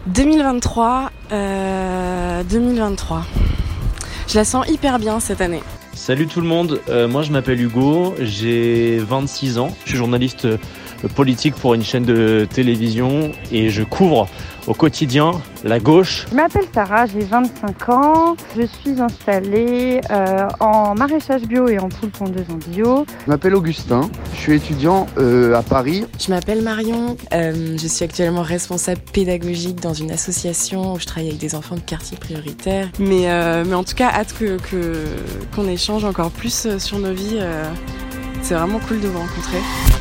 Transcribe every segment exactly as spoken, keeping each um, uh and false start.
deux mille vingt-trois, euh, deux mille vingt-trois. Je la sens hyper bien cette année. Salut tout le monde, euh, moi je m'appelle Hugo, j'ai vingt-six ans, je suis journaliste euh, politique pour une chaîne de télévision et je couvre au quotidien la gauche. Je m'appelle Sarah, j'ai vingt-cinq ans, je suis installée euh, en maraîchage bio et en poule pondeuse en bio. Je m'appelle Augustin, je suis étudiant euh, à Paris. Je m'appelle Marion, euh, je suis actuellement responsable pédagogique dans une association où je travaille avec des enfants de quartiers prioritaires. Mais, euh, mais en tout cas, hâte que, que, qu'on échange encore plus sur nos vies. Euh, c'est vraiment cool de vous rencontrer.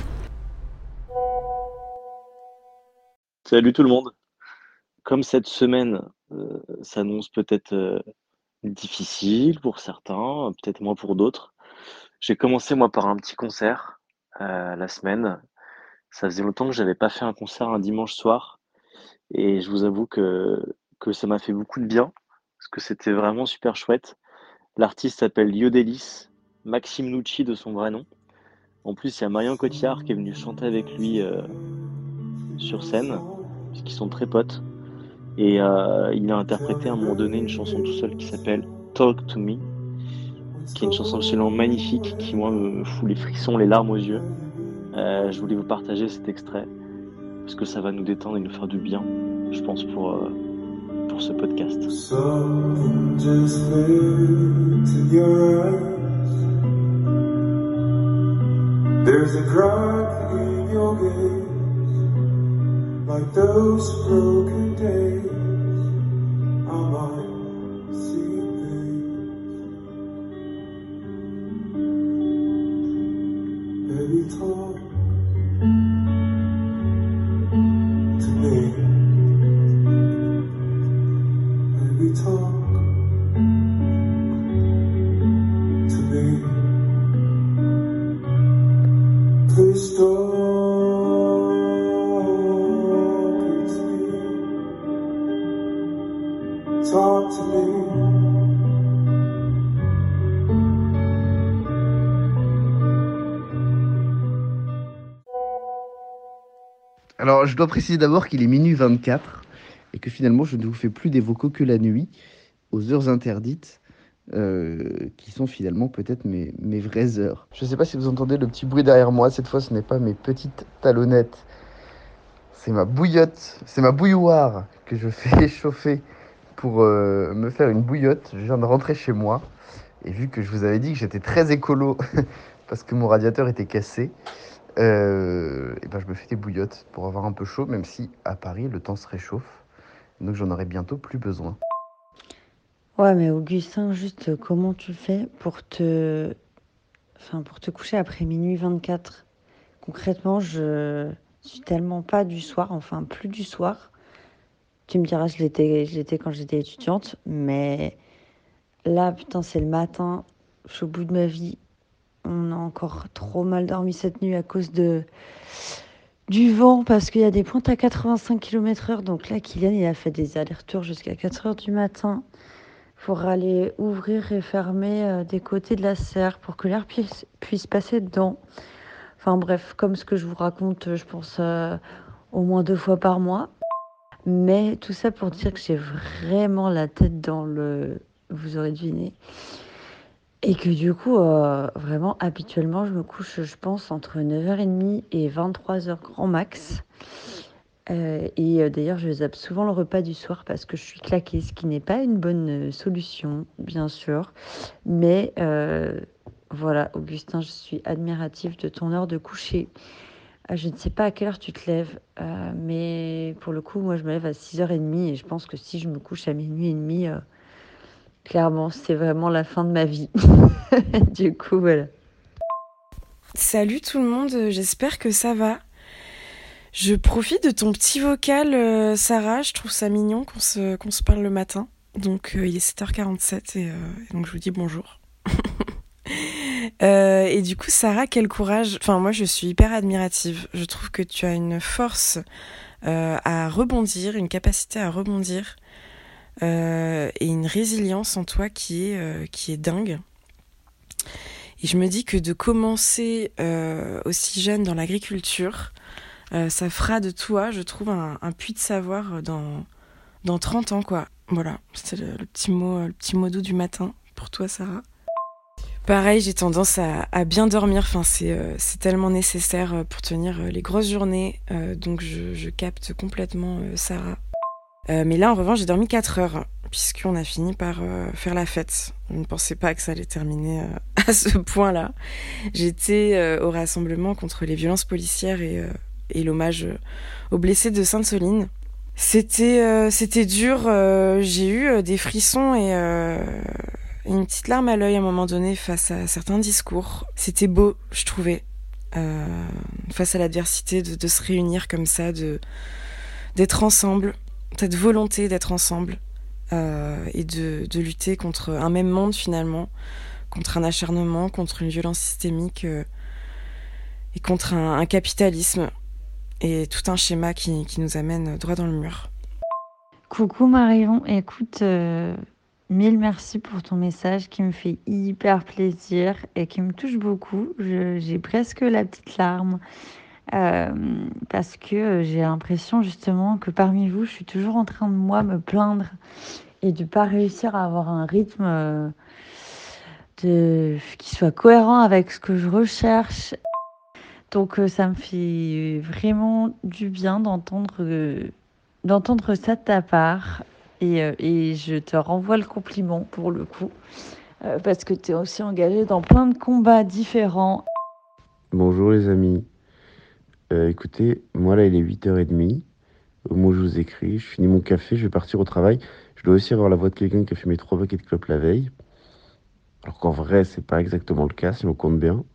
Salut tout le monde. Comme cette semaine euh, s'annonce peut-être euh, difficile pour certains, peut-être moins pour d'autres, j'ai commencé moi par un petit concert euh, la semaine. Ça faisait longtemps que j'avais pas fait un concert un dimanche soir et je vous avoue que, que ça m'a fait beaucoup de bien parce que c'était vraiment super chouette. L'artiste s'appelle Yodelis, Maxime Nucci de son vrai nom. En plus, il y a Marion Cotillard qui est venue chanter avec lui euh, sur scène, puisqu'ils sont très potes. Et euh, il a interprété à un moment donné une chanson tout seul qui s'appelle Talk to Me, qui est une chanson absolument magnifique qui moi me fout les frissons, les larmes aux yeux. Euh, je voulais vous partager cet extrait parce que ça va nous détendre et nous faire du bien, je pense, pour, euh, pour ce podcast. Something just fades in your eyes. There's a crack in your gaze. Like those broken days, I might see things. Baby, talk to me. Baby, talk to me. Please don't. Talk to me. Alors, je dois préciser d'abord qu'il est minuit vingt-quatre et que finalement, je ne vous fais plus des vocaux que la nuit, aux heures interdites, euh, qui sont finalement peut-être mes, mes vraies heures. Je ne sais pas si vous entendez le petit bruit derrière moi. Cette fois, ce n'est pas mes petites talonnettes. C'est ma bouillotte, c'est ma bouilloire que je fais chauffer pour euh, me faire une bouillotte. Je viens de rentrer chez moi et vu que je vous avais dit que j'étais très écolo parce que mon radiateur était cassé, euh, et ben je me fais des bouillottes pour avoir un peu chaud, même si à Paris le temps se réchauffe, donc j'en aurai bientôt plus besoin. Ouais, mais Augustin, juste comment tu fais pour te, enfin pour te coucher après minuit vingt-quatre? Concrètement, je suis tellement pas du soir, enfin plus du soir. Tu me diras, je l'étais, je l'étais quand j'étais étudiante, mais là, putain, c'est le matin, je suis au bout de ma vie. On a encore trop mal dormi cette nuit à cause de du vent, parce qu'il y a des pointes à quatre-vingt-cinq kilomètres heure. Donc là, Kylian, il a fait des allers-retours jusqu'à quatre heures du matin pour aller ouvrir et fermer euh, des côtés de la serre pour que l'air puisse, puisse passer dedans. Enfin bref, comme ce que je vous raconte, je pense, euh, au moins deux fois par mois. Mais tout ça pour dire que j'ai vraiment la tête dans le... Vous aurez deviné. Et que du coup, euh, vraiment, habituellement, je me couche, je pense, entre neuf heures trente et vingt-trois heures grand max. Euh, et euh, d'ailleurs, je zappe souvent le repas du soir parce que je suis claquée, ce qui n'est pas une bonne euh, solution, bien sûr. Mais euh, voilà, Augustin, je suis admirative de ton heure de coucher. Je ne sais pas à quelle heure tu te lèves, euh, mais pour le coup, moi, je me lève à six heures trente et je pense que si je me couche à minuit et demi, euh, clairement, c'est vraiment la fin de ma vie. Du coup, voilà. Salut tout le monde, j'espère que ça va. Je profite de ton petit vocal, euh, Sarah, je trouve ça mignon qu'on se, qu'on se parle le matin. Donc, euh, il est sept heures quarante-sept et, euh, et donc je vous dis bonjour. Euh, et du coup, Sarah, quel courage. Enfin, moi, je suis hyper admirative. Je trouve que tu as une force euh, à rebondir, une capacité à rebondir euh, et une résilience en toi qui est, euh, qui est dingue. Et je me dis que de commencer euh, aussi jeune dans l'agriculture, euh, ça fera de toi, je trouve, un, un puits de savoir dans, dans trente ans, quoi. Voilà, c'est le, le petit mot, le petit mot doux du matin pour toi, Sarah. Pareil, j'ai tendance à, à bien dormir. Enfin, c'est, euh, c'est tellement nécessaire pour tenir les grosses journées. Euh, donc, je, je capte complètement euh, Sarah. Euh, mais là, en revanche, j'ai dormi quatre heures, puisqu'on a fini par euh, faire la fête. Je ne pensais pas que ça allait terminer euh, à ce point-là. J'étais euh, au rassemblement contre les violences policières et, euh, et l'hommage aux blessés de Sainte-Soline. C'était, euh, c'était dur. Euh, j'ai eu euh, des frissons et... Euh, une petite larme à l'œil à un moment donné face à certains discours. C'était beau, je trouvais, euh, face à l'adversité, de, de se réunir comme ça, de, d'être ensemble, cette volonté d'être ensemble euh, et de, de lutter contre un même monde finalement, contre un acharnement, contre une violence systémique euh, et contre un, un capitalisme et tout un schéma qui, qui nous amène droit dans le mur. Coucou Marion, écoute... Euh... Mille merci pour ton message qui me fait hyper plaisir et qui me touche beaucoup. Je, j'ai presque la petite larme euh, parce que j'ai l'impression justement que parmi vous, je suis toujours en train de moi me plaindre et de pas réussir à avoir un rythme euh, de, qui soit cohérent avec ce que je recherche. Donc euh, ça me fait vraiment du bien d'entendre, euh, d'entendre ça de ta part. Et, euh, et je te renvoie le compliment pour le coup, euh, parce que tu es aussi engagé dans plein de combats différents. Bonjour les amis. Euh, écoutez, moi là il est huit heures trente. Au moment où je vous écris, je finis mon café, je vais partir au travail. Je dois aussi avoir la voix de quelqu'un qui a fumé trois paquets de clopes la veille. Alors qu'en vrai, c'est pas exactement le cas si on compte bien.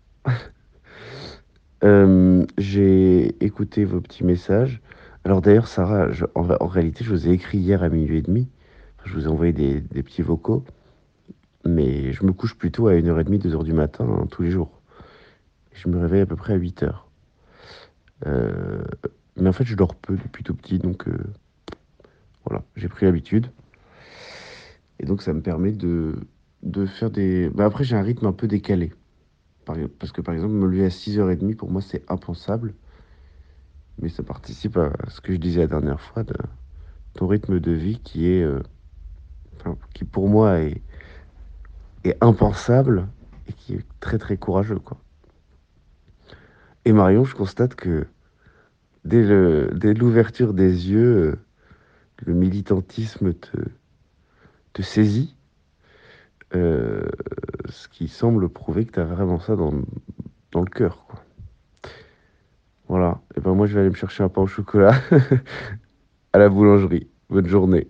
euh, j'ai écouté vos petits messages. Alors d'ailleurs, Sarah, je, en, en réalité, je vous ai écrit hier à minuit et demi. Je vous ai envoyé des, des petits vocaux. Mais je me couche plutôt à une heure trente, deux heures du matin, hein, tous les jours. Je me réveille à peu près à huit heures. Euh, mais en fait, je dors peu depuis tout petit, donc euh, voilà, j'ai pris l'habitude. Et donc, ça me permet de, de faire des... Bah, après, j'ai un rythme un peu décalé. Par- Parce que, par exemple, me lever à six heures trente, pour moi, c'est impensable. Mais ça participe à ce que je disais la dernière fois, de ton rythme de vie qui est... euh, enfin, qui pour moi est, est impensable et qui est très, très courageux, quoi. Et Marion, je constate que dès, le, dès l'ouverture des yeux, euh, le militantisme te, te saisit, euh, ce qui semble prouver que tu as vraiment ça dans, dans le cœur, quoi. Voilà, et ben moi je vais aller me chercher un pain au chocolat à la boulangerie. Bonne journée.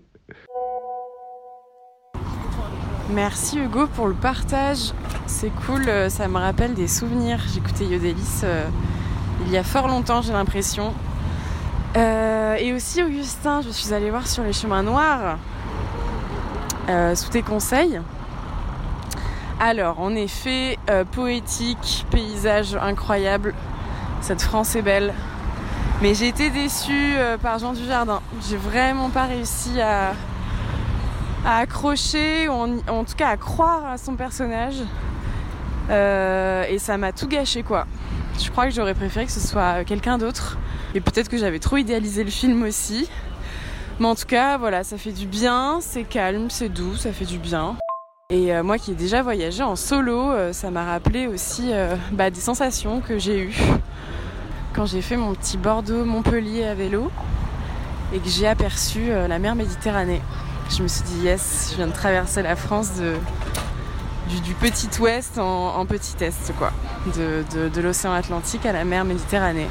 Merci Hugo pour le partage, c'est cool, ça me rappelle des souvenirs. J'écoutais Yodelis euh, il y a fort longtemps, j'ai l'impression. Euh, et aussi Augustin, je suis allée voir sur les chemins noirs, euh, sous tes conseils. Alors, en effet, euh, poétique, paysage incroyable, cette France est belle. Mais j'ai été déçue euh, par Jean Dujardin. J'ai vraiment pas réussi à, à accrocher, ou en, en tout cas à croire à son personnage. Euh, et ça m'a tout gâché, quoi. Je crois que j'aurais préféré que ce soit quelqu'un d'autre. Et peut-être que j'avais trop idéalisé le film aussi. Mais en tout cas, voilà, ça fait du bien, c'est calme, c'est doux, ça fait du bien. Et euh, moi qui ai déjà voyagé en solo, euh, ça m'a rappelé aussi euh, bah, des sensations que j'ai eues quand j'ai fait mon petit Bordeaux-Montpellier à vélo et que j'ai aperçu euh, la mer Méditerranée. Je me suis dit yes, je viens de traverser la France de, du, du petit ouest en, en petit est, quoi. De, de, de l'océan Atlantique à la mer Méditerranée.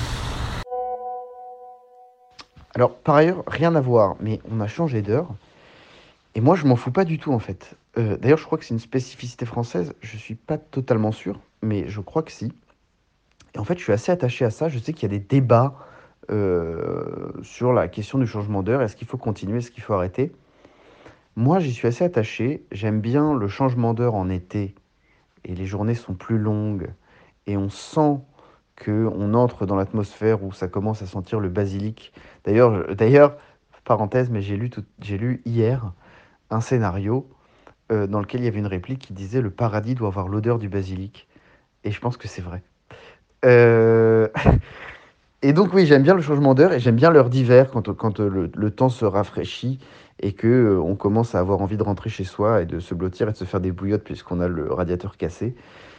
Alors, par ailleurs, rien à voir, mais on a changé d'heure. Et moi, je m'en fous pas du tout, en fait. Euh, d'ailleurs, je crois que c'est une spécificité française. Je suis pas totalement sûr, mais je crois que si. Et en fait, je suis assez attaché à ça. Je sais qu'il y a des débats euh, sur la question du changement d'heure. Est-ce qu'il faut continuer? Est-ce qu'il faut arrêter? Moi, j'y suis assez attaché. J'aime bien le changement d'heure en été. Et les journées sont plus longues. Et on sent qu'on entre dans l'atmosphère où ça commence à sentir le basilic. D'ailleurs, je- d'ailleurs parenthèse, mais j'ai lu, tout- j'ai lu hier un scénario euh, dans lequel il y avait une réplique qui disait «Le paradis doit avoir l'odeur du basilic». Et je pense que c'est vrai. Euh, Et donc oui, j'aime bien le changement d'heure et j'aime bien l'heure d'hiver quand, quand le, le temps se rafraîchit et que euh, on commence à avoir envie de rentrer chez soi et de se blottir et de se faire des bouillottes puisqu'on a le radiateur cassé.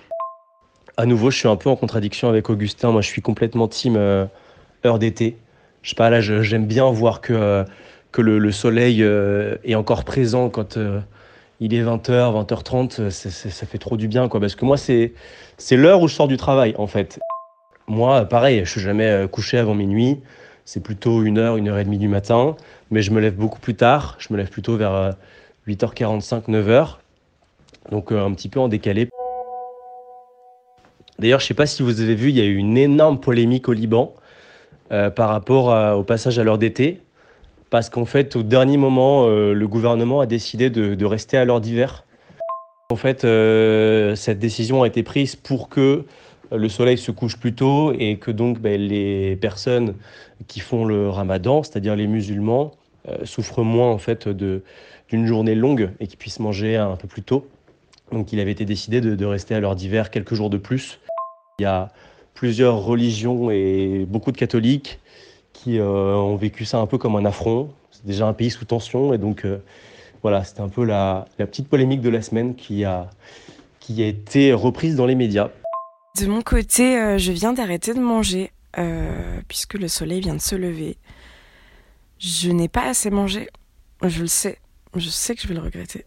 À nouveau, je suis un peu en contradiction avec Augustin. Moi, je suis complètement team euh, heure d'été. Je sais pas, là, je- j'aime bien voir que, euh, que le, le soleil euh, est encore présent quand euh, il est vingt heures, vingt heures trente. euh, c'est- c'est- ça fait trop du bien, quoi. Parce que moi, c'est, c'est l'heure où je sors du travail, en fait. Moi, pareil, je suis jamais euh, couché avant minuit. C'est plutôt une heure, une heure et demie du matin. Mais je me lève beaucoup plus tard. Je me lève plutôt vers euh, huit heures quarante-cinq, neuf heures. Donc, euh, un petit peu en décalé. D'ailleurs, je sais pas si vous avez vu, il y a eu une énorme polémique au Liban euh, par rapport à- au passage à l'heure d'été. Parce qu'en fait, au dernier moment, euh, le gouvernement a décidé de, de rester à l'heure d'hiver. En fait, euh, cette décision a été prise pour que le soleil se couche plus tôt et que donc ben, les personnes qui font le ramadan, c'est-à-dire les musulmans, euh, souffrent moins en fait de, d'une journée longue et qu'ils puissent manger un peu plus tôt. Donc il avait été décidé de, de rester à l'heure d'hiver quelques jours de plus. Il y a plusieurs religions et beaucoup de catholiques qui euh, ont vécu ça un peu comme un affront. C'est déjà un pays sous tension et donc euh, voilà, c'était un peu la, la petite polémique de la semaine qui a, qui a été reprise dans les médias. De mon côté, euh, je viens d'arrêter de manger euh, puisque le soleil vient de se lever. Je n'ai pas assez mangé, je le sais. Je sais que je vais le regretter.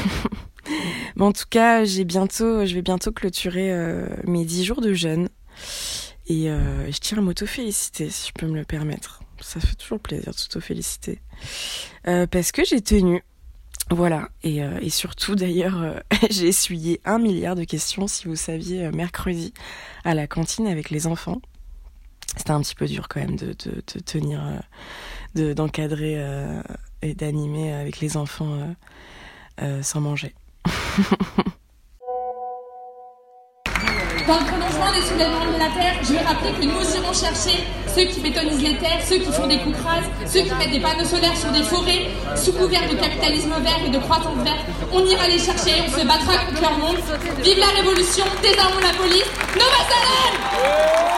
Mais en tout cas, j'ai bientôt, je vais bientôt clôturer euh, mes dix jours de jeûne. Et euh, je tiens à m'auto-féliciter, si je peux me le permettre. Ça fait toujours plaisir de s'auto-féliciter. Euh, parce que j'ai tenu. Voilà. Et, euh, et surtout, d'ailleurs, euh, j'ai essuyé un milliard de questions, si vous saviez, euh, mercredi, à la cantine avec les enfants. C'était un petit peu dur quand même de, de, de tenir, euh, de, d'encadrer euh, et d'animer avec les enfants euh, euh, sans manger. Dans le prolongement des soulèvements de la terre, je vais rappeler que nous irons chercher ceux qui bétonisent les terres, ceux qui font des coupes rases, ceux qui mettent des panneaux solaires sur des forêts, sous couvert de capitalisme vert et de croissance verte. On ira les chercher, on se battra contre leur monde. Vive la révolution, désarmons la police, Nova Salem!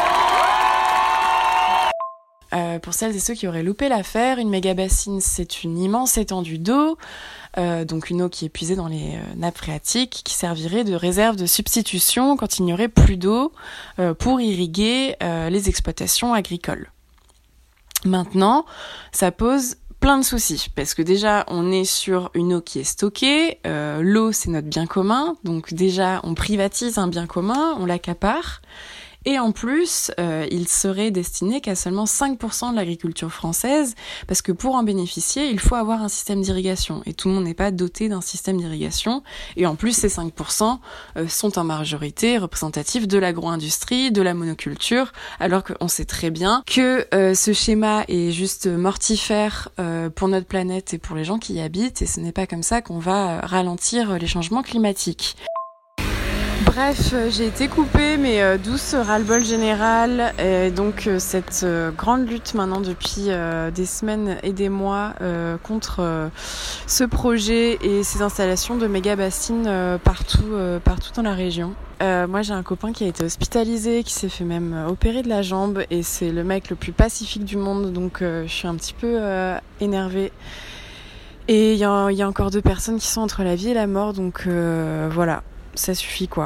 Euh, pour celles et ceux qui auraient loupé l'affaire, une méga bassine, c'est une immense étendue d'eau, euh, donc une eau qui est puisée dans les euh, nappes phréatiques, qui servirait de réserve de substitution quand il n'y aurait plus d'eau euh, pour irriguer euh, les exploitations agricoles. Maintenant, ça pose plein de soucis, parce que déjà, on est sur une eau qui est stockée, euh, l'eau c'est notre bien commun, donc déjà on privatise un bien commun, on l'accapare. Et en plus, euh, il serait destiné qu'à seulement cinq pour cent de l'agriculture française, parce que pour en bénéficier, il faut avoir un système d'irrigation. Et tout le monde n'est pas doté d'un système d'irrigation. Et en plus, ces cinq pour cent euh, sont en majorité représentatifs de l'agro-industrie, de la monoculture, alors qu'on sait très bien que euh, ce schéma est juste mortifère euh, pour notre planète et pour les gens qui y habitent, et ce n'est pas comme ça qu'on va ralentir les changements climatiques. Bref, euh, j'ai été coupée, mais euh, d'où ce ras-le-bol général, et donc euh, cette euh, grande lutte maintenant depuis euh, des semaines et des mois euh, contre euh, ce projet et ces installations de méga bassines euh, partout, euh, partout dans la région. Euh, moi j'ai un copain qui a été hospitalisé, qui s'est fait même euh, opérer de la jambe, et c'est le mec le plus pacifique du monde, donc euh, je suis un petit peu euh, énervée. Et il y a, y a encore deux personnes qui sont entre la vie et la mort, donc euh, voilà. Ça suffit quoi.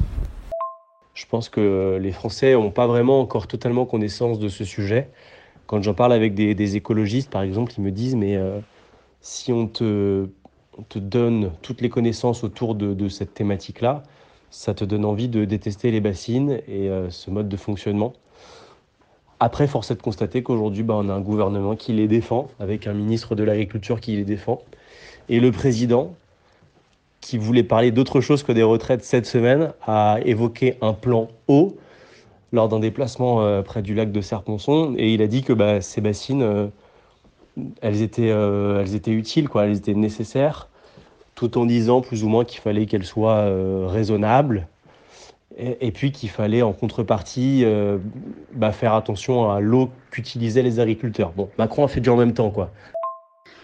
Je pense que les Français n'ont pas vraiment encore totalement connaissance de ce sujet. Quand j'en parle avec des, des écologistes, par exemple, ils me disent mais euh, si on te, on te donne toutes les connaissances autour de, de cette thématique-là, ça te donne envie de détester les bassines et euh, ce mode de fonctionnement. Après, force est de constater qu'aujourd'hui, bah, on a un gouvernement qui les défend, avec un ministre de l'Agriculture qui les défend, et le président, qui voulait parler d'autre chose que des retraites cette semaine, a évoqué un plan eau lors d'un déplacement euh, près du lac de Serponçon, et il a dit que bah, ces bassines, euh, elles, étaient, euh, elles étaient utiles, quoi, elles étaient nécessaires, tout en disant plus ou moins qu'il fallait qu'elles soient euh, raisonnables, et, et puis qu'il fallait en contrepartie euh, bah, faire attention à l'eau qu'utilisaient les agriculteurs. Bon, Macron a fait du en même temps, quoi.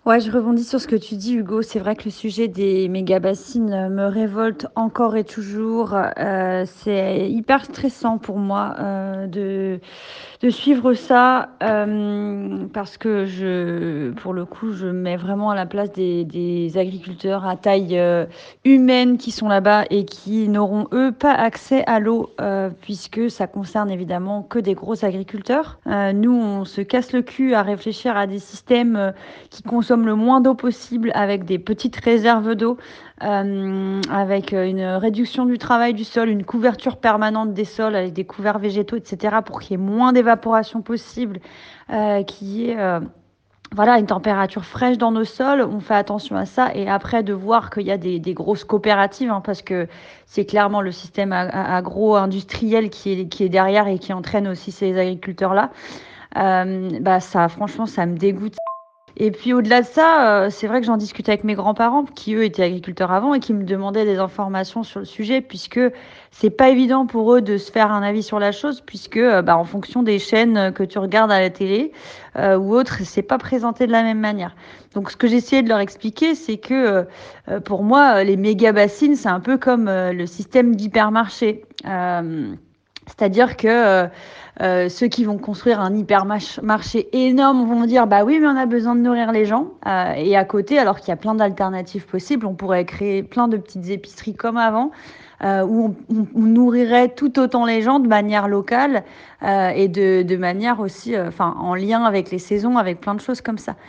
Ouais, je rebondis sur ce que tu dis, Hugo. C'est vrai que le sujet des méga-bassines me révolte encore et toujours. Euh, c'est hyper stressant pour moi euh, de, de suivre ça euh, parce que je, pour le coup, je mets vraiment à la place des, des agriculteurs à taille euh, humaine qui sont là-bas et qui n'auront, eux, pas accès à l'eau euh, puisque ça concerne évidemment que des gros agriculteurs. Euh, nous, on se casse le cul à réfléchir à des systèmes euh, qui consomment le moins d'eau possible avec des petites réserves d'eau, euh, avec une réduction du travail du sol, une couverture permanente des sols avec des couverts végétaux, et cetera pour qu'il y ait moins d'évaporation possible, euh, qu'il y ait euh, voilà, une température fraîche dans nos sols. On fait attention à ça. Et après, de voir qu'il y a des, des grosses coopératives, hein, parce que c'est clairement le système agro-industriel qui est, qui est derrière et qui entraîne aussi ces agriculteurs-là. Euh, bah ça, franchement, ça me dégoûte. Et puis au-delà de ça, euh, c'est vrai que j'en discutais avec mes grands-parents qui eux étaient agriculteurs avant et qui me demandaient des informations sur le sujet puisque c'est pas évident pour eux de se faire un avis sur la chose puisque euh, bah, en fonction des chaînes que tu regardes à la télé euh, ou autres, c'est pas présenté de la même manière. Donc ce que j'essayais de leur expliquer, c'est que euh, pour moi, les méga bassines, c'est un peu comme euh, le système d'hypermarché. Euh, C'est-à-dire que euh, euh, ceux qui vont construire un hypermarché énorme vont dire bah oui, mais on a besoin de nourrir les gens. Euh, et à côté, alors qu'il y a plein d'alternatives possibles, on pourrait créer plein de petites épiceries comme avant, euh, où on, on, on nourrirait tout autant les gens de manière locale euh, et de, de manière aussi, enfin, euh, en lien avec les saisons, avec plein de choses comme ça.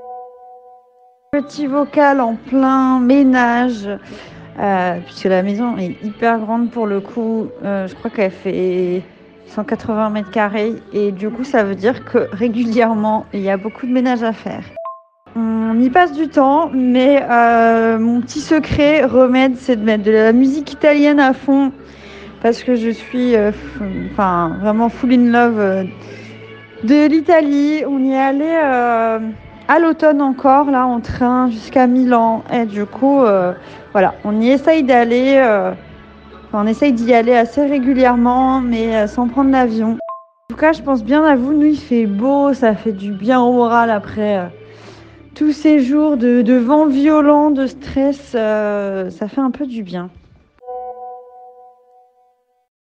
Petit vocal en plein ménage. Euh, puisque la maison est hyper grande pour le coup, euh, je crois qu'elle fait cent quatre-vingts mètres carrés et du coup ça veut dire que régulièrement il y a beaucoup de ménage à faire. On y passe du temps, mais euh, mon petit secret remède, c'est de mettre de la musique italienne à fond parce que je suis euh, enfin vraiment full in love euh, de l'Italie. On y est allé euh, à l'automne encore, là en train jusqu'à Milan et du coup euh, voilà, on y essaye d'aller, euh, enfin, on essaye d'y aller assez régulièrement, mais euh, sans prendre l'avion. En tout cas, je pense bien à vous, nous il fait beau, ça fait du bien au moral après euh, tous ces jours de, de vent violent, de stress, euh, ça fait un peu du bien.